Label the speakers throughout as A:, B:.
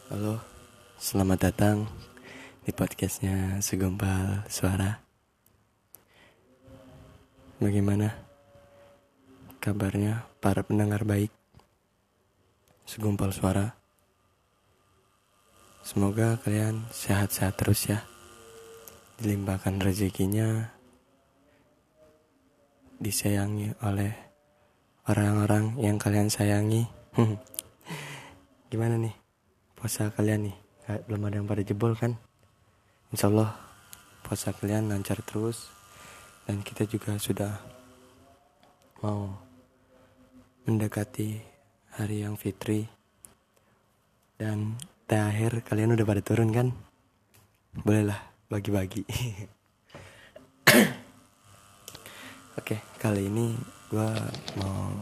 A: Halo, selamat datang di podcastnya Segumpal Suara. Bagaimana kabarnya para pendengar baik Segumpal Suara? Semoga kalian sehat-sehat terus ya, dilimpahkan rezekinya, disayangi oleh orang-orang yang kalian sayangi. Gimana nih puasa kalian nih? Belum ada yang pada jebol kan? Insyaallah puasa kalian lancar terus. Dan kita juga sudah mau mendekati hari yang fitri. Dan terakhir kalian udah pada turun kan? Bolehlah bagi-bagi. Oke, kali ini gue mau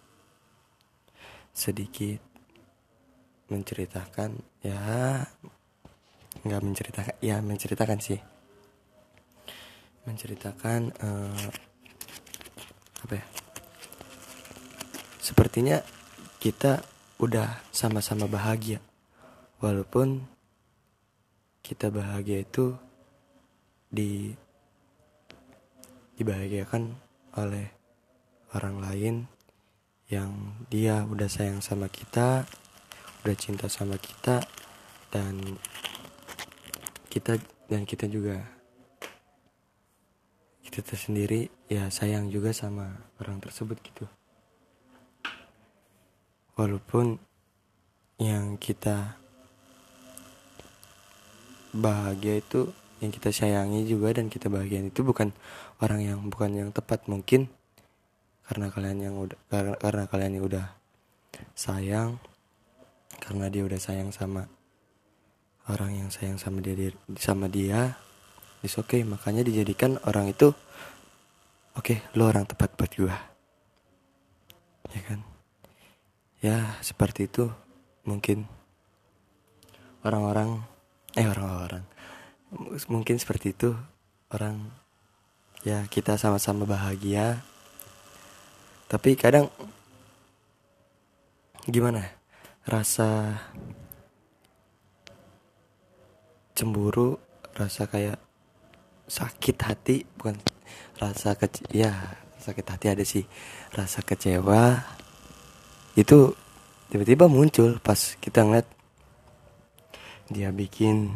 A: sedikit menceritakan, menceritakan sih. Menceritakan sepertinya kita udah sama-sama bahagia. Walaupun kita bahagia itu dibahagiakan oleh orang lain yang dia udah sayang sama kita, udah cinta sama kita, dan kita juga, kita tersendiri ya sayang juga sama orang tersebut gitu. Walaupun yang kita bahagia itu, yang kita sayangi juga dan kita bahagian itu bukan yang tepat. Mungkin karena kalian yang udah sayang, karena dia udah sayang sama orang yang sayang sama dia, it's okay, makanya dijadikan orang itu oke, lo orang tepat buat gua, ya kan? Ya seperti itu. Mungkin orang-orang mungkin seperti itu orang, ya kita sama-sama bahagia. Tapi kadang gimana, rasa cemburu, rasa kayak sakit hati, bukan sakit hati ada sih, rasa kecewa itu tiba-tiba muncul pas kita ngeliat dia bikin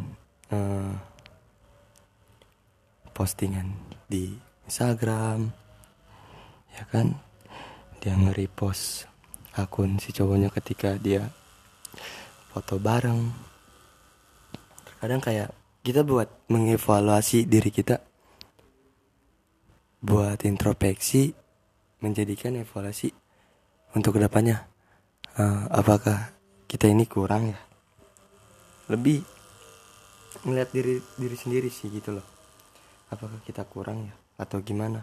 A: postingan di Instagram, ya kan? Dia nge-repost akun si cowoknya ketika dia foto bareng. Terkadang kayak kita buat mengevaluasi diri kita, buat introspeksi, menjadikan evaluasi untuk kedepannya. Apakah kita ini kurang ya? Lebih melihat diri sendiri sih gitu loh. Apakah kita kurang ya, atau gimana?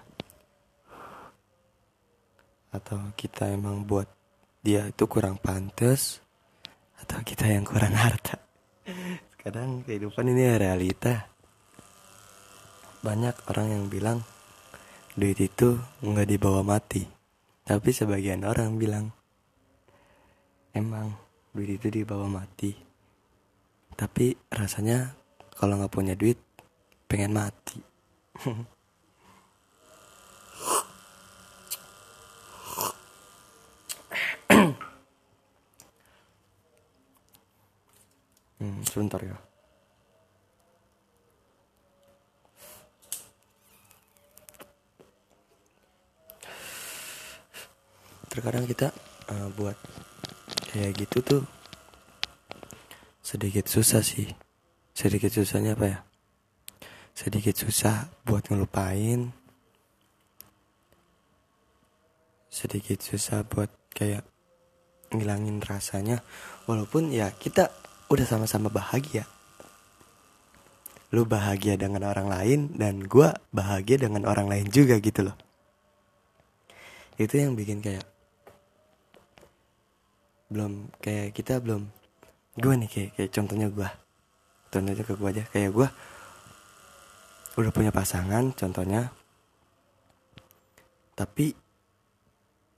A: Atau kita emang buat dia itu kurang pantas, atau kita yang kurang harta? Kadang kehidupan ini realita. Banyak orang yang bilang duit itu nggak dibawa mati, tapi sebagian orang bilang emang duit itu dibawa mati. Tapi rasanya kalau gak punya duit pengen mati. Sebentar ya. Terkadang kita buat kayak gitu tuh sedikit susah sih. Sedikit susahnya apa ya? Sedikit susah buat ngelupain. Sedikit susah buat kayak ngilangin rasanya. Walaupun ya kita udah sama-sama bahagia. Lu bahagia dengan orang lain dan gue bahagia dengan orang lain juga gitu loh. Itu yang bikin kayak gue nih kayak contohnya ke gue aja. Kayak gue udah punya pasangan contohnya, tapi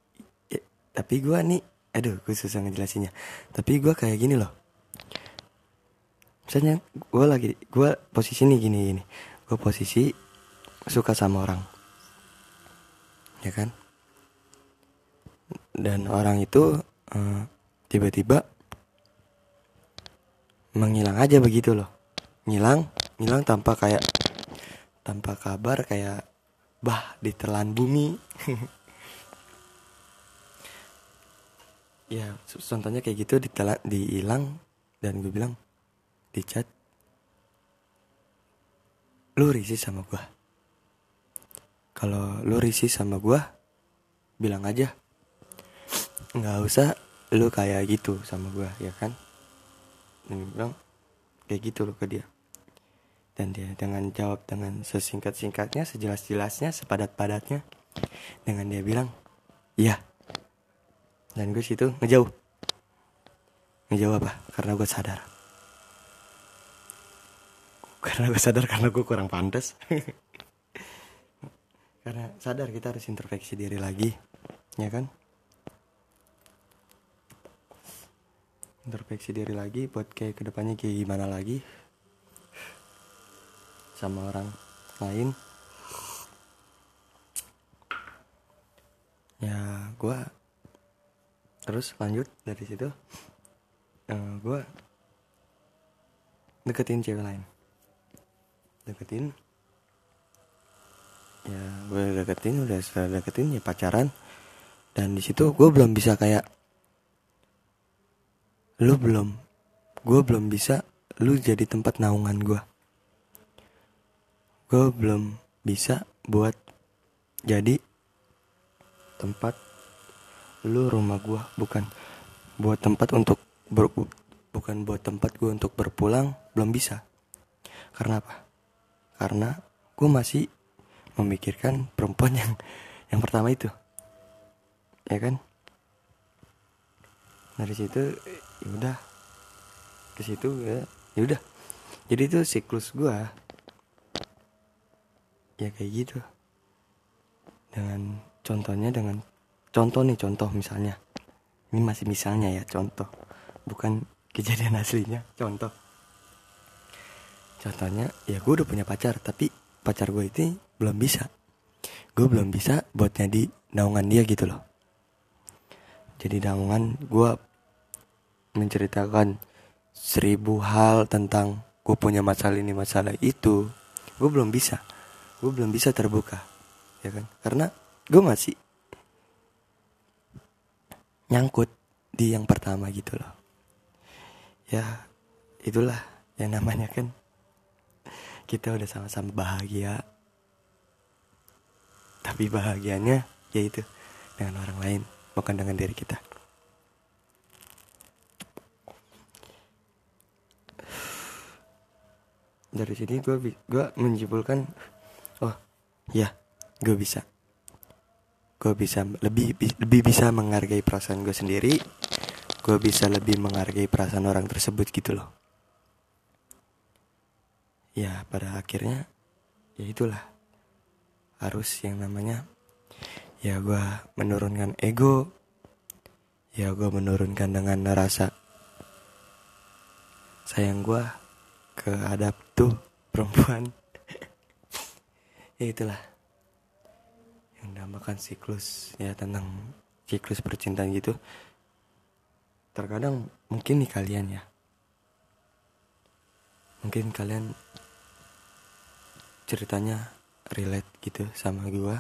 A: gue nih, gue susah ngejelasinnya. Tapi gue kayak gini loh, Misalnya gue posisi nih gini, gue posisi suka sama orang, ya kan, dan orang itu tiba-tiba menghilang aja begitu loh, ngilang tanpa kabar, kayak ditelan bumi. Ya contohnya kayak gitu, dihilang, dan gue bilang di chat, lu risih sama gue. Kalau lu risih sama gue, bilang aja, nggak usah lu kayak gitu sama gue, ya kan. Dan gue bilang kayak gitu loh ke dia, dan dia dengan jawab dengan sesingkat-singkatnya, sejelas-jelasnya, sepadat-padatnya, dengan dia bilang iya. Dan gue situ ngejauh apa? Karena gue sadar karena gue kurang pantas. Karena sadar kita harus introspeksi diri lagi, ya kan. Introspeksi diri lagi buat kayak kedepannya kayak gimana lagi sama orang lain. Ya gue terus lanjut dari situ, gue deketin cewek lain. Udah deketin ya, pacaran. Dan di situ gue belum bisa kayak gue belum bisa lu jadi tempat naungan gue. Gue belum bisa buat jadi tempat lu rumah gue, bukan buat tempat gue untuk berpulang, belum bisa. Karena apa? Karena gue masih memikirkan perempuan yang pertama itu, ya kan. Dari situ ya udah, ke situ ya udah. Jadi itu siklus gue ya kayak gitu. Dengan contoh misalnya, ini masih misalnya ya, contoh, bukan kejadian aslinya, contohnya ya gue udah punya pacar, tapi pacar gue itu belum bisa buat jadi naungan dia gitu loh. Jadi naungan gue menceritakan 1000 hal tentang gue punya masalah ini masalah itu, gue belum bisa terbuka, ya kan, karena gue masih nyangkut di yang pertama gitu loh. Ya itulah yang namanya kan kita udah sama-sama bahagia, tapi bahagianya yaitu dengan orang lain, bukan dengan diri kita. Dari sini gue menyimpulkan, oh ya, gue bisa lebih bisa menghargai perasaan gue sendiri. Gue bisa lebih menghargai perasaan orang tersebut gitu loh. Ya pada akhirnya ya itulah, harus yang namanya ya gue menurunkan ego, ya gue menurunkan dengan rasa sayang gue kehadap tuh perempuan. Ya itulah yang dinamakan siklus, ya tentang siklus percintaan gitu. Terkadang mungkin nih kalian ceritanya relate gitu sama gue,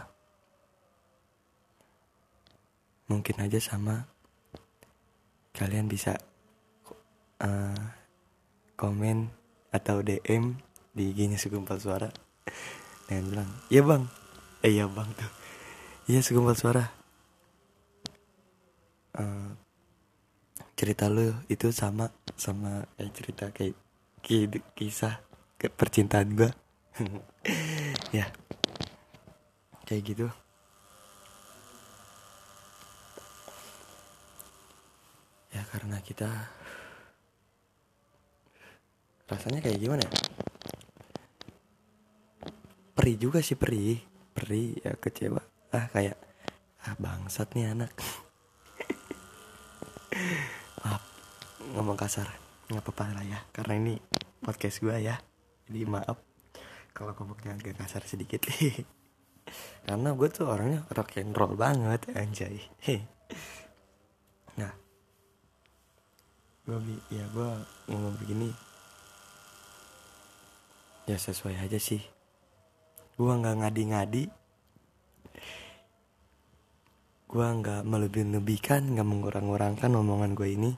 A: mungkin aja sama kalian bisa komen atau DM di IG-nya Segumpal Suara dengan bilang, iya bang tuh, iya Segumpal Suara, cerita lu itu sama cerita kayak kisah percintaan gue. Ya kayak gitu. Ya karena kita rasanya kayak gimana ya, perih juga sih, perih ya, kecewa, kayak bangsat nih anak. Maaf ngomong kasar, nggak apa-apa lah ya, karena ini podcast gue ya. Jadi maaf kalau ngomongnya agak kasar sedikit. Karena gue tuh orangnya rock and roll banget anjay. Nah, gue ngomong begini ya sesuai aja sih. Gue nggak ngadi-ngadi, gue nggak melebih-lebihkan, nggak mengurang-urangkan omongan gue ini.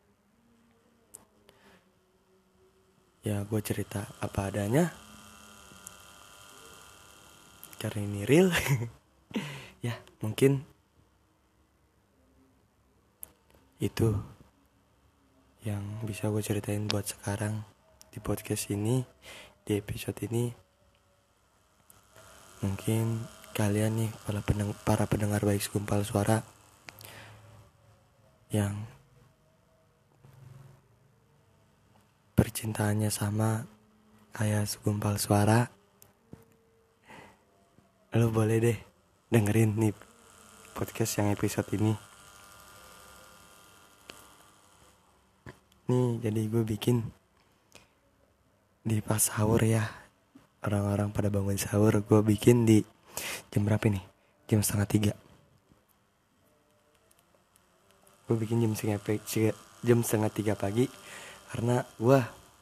A: Ya gue cerita apa adanya, karena ini real. Ya mungkin itu yang bisa gue ceritain buat sekarang di podcast ini, di episode ini. Mungkin kalian nih para pendengar baik segumpal suara yang percintaannya sama kayak segumpal suara, lo boleh deh dengerin nih podcast yang episode ini. Nih jadi gue bikin di pas sahur ya, orang-orang pada bangun sahur. Gue bikin di jam berapa nih? Jam 2:30. Gue bikin jam 2:30 pagi. Karena gue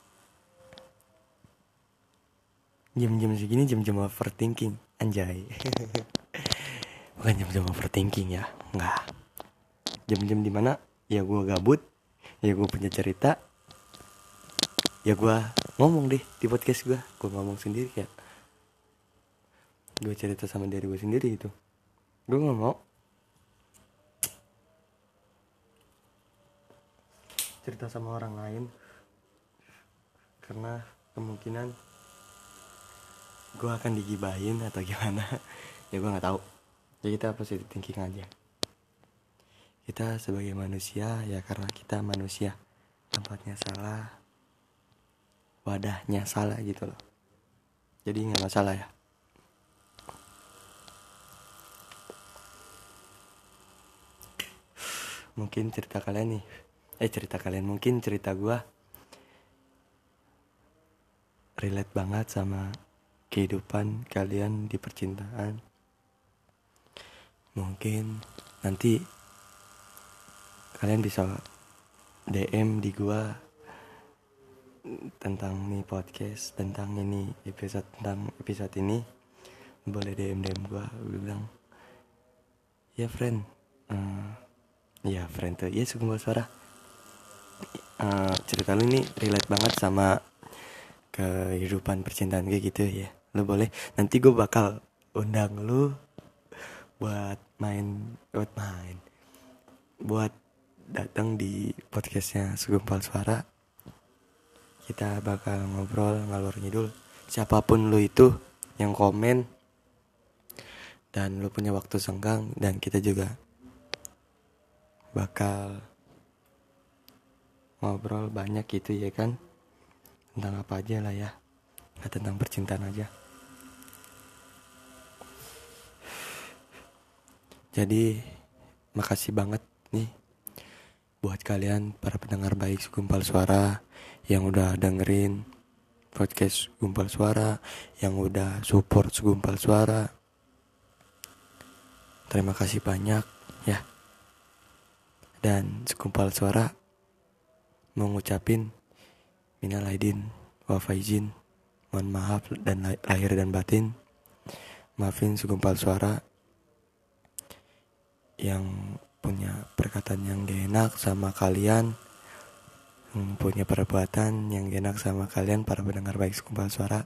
A: jam-jam segini jam-jam overthinking. Anjay. Bukan jam-jam overthinking ya, enggak. Jam-jam dimana ya gue gabut, ya gue punya cerita, ya gue ngomong deh di podcast gue ngomong sendiri ya. Gue cerita sama diri gue sendiri itu. Gue gak mau cerita sama orang lain, karena kemungkinan gue akan digibahin atau gimana. Ya gue gak tahu. Ya kita positive thinking aja. Kita sebagai manusia ya, karena kita manusia, tempatnya salah, wadahnya salah gitu loh. Jadi gak masalah ya. Mungkin cerita kalian mungkin cerita gue relate banget sama kehidupan kalian di percintaan. Mungkin nanti kalian bisa DM di gue tentang nih podcast, tentang episode ini. Boleh DM gue bilang, ya friend, ya friend tuh, ya segumpal suara. Cerita lu ini relate banget sama kehidupan percintaan kayak gitu ya. Lu boleh, nanti gue bakal undang lu buat datang di podcastnya Segumpal Suara. Kita bakal ngobrol ngalor ngidul. Siapapun lu itu yang komen dan lu punya waktu senggang, dan kita juga bakal ngobrol banyak gitu ya kan, tentang apa aja lah ya, nggak tentang percintaan aja. Jadi makasih banget nih buat kalian para pendengar baik Segumpal Suara yang udah dengerin podcast Segumpal Suara, yang udah support Segumpal Suara. Terima kasih banyak ya. Dan Segumpal Suara mau ngucapin minal aidin wal faizin, mohon maaf dan lahir dan batin. Maafin Segumpal Suara yang punya perkataan yang gak enak sama kalian, yang punya perbuatan yang gak enak sama kalian para pendengar baik Segumpal Suara.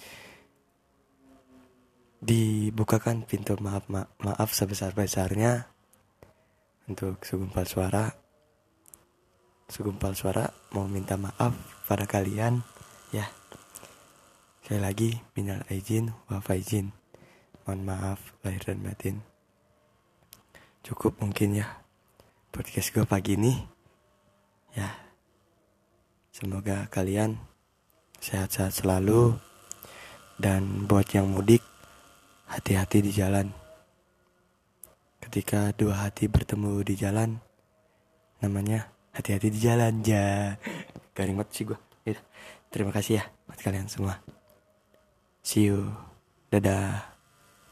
A: Dibukakan pintu maaf sebesar-besarnya untuk Segumpal Suara. Segumpal Suara mau minta maaf pada kalian ya. Sekali lagi minal aidin wal faizin, mohon maaf lahir dan batin. Cukup mungkin ya podcast gue pagi ini ya. Semoga kalian sehat-sehat selalu, dan buat yang mudik, hati-hati di jalan. Ketika dua hati bertemu di jalan, namanya hati-hati di jalan. Garing banget sih gue. Terima kasih ya buat kalian semua. See you. Dadah.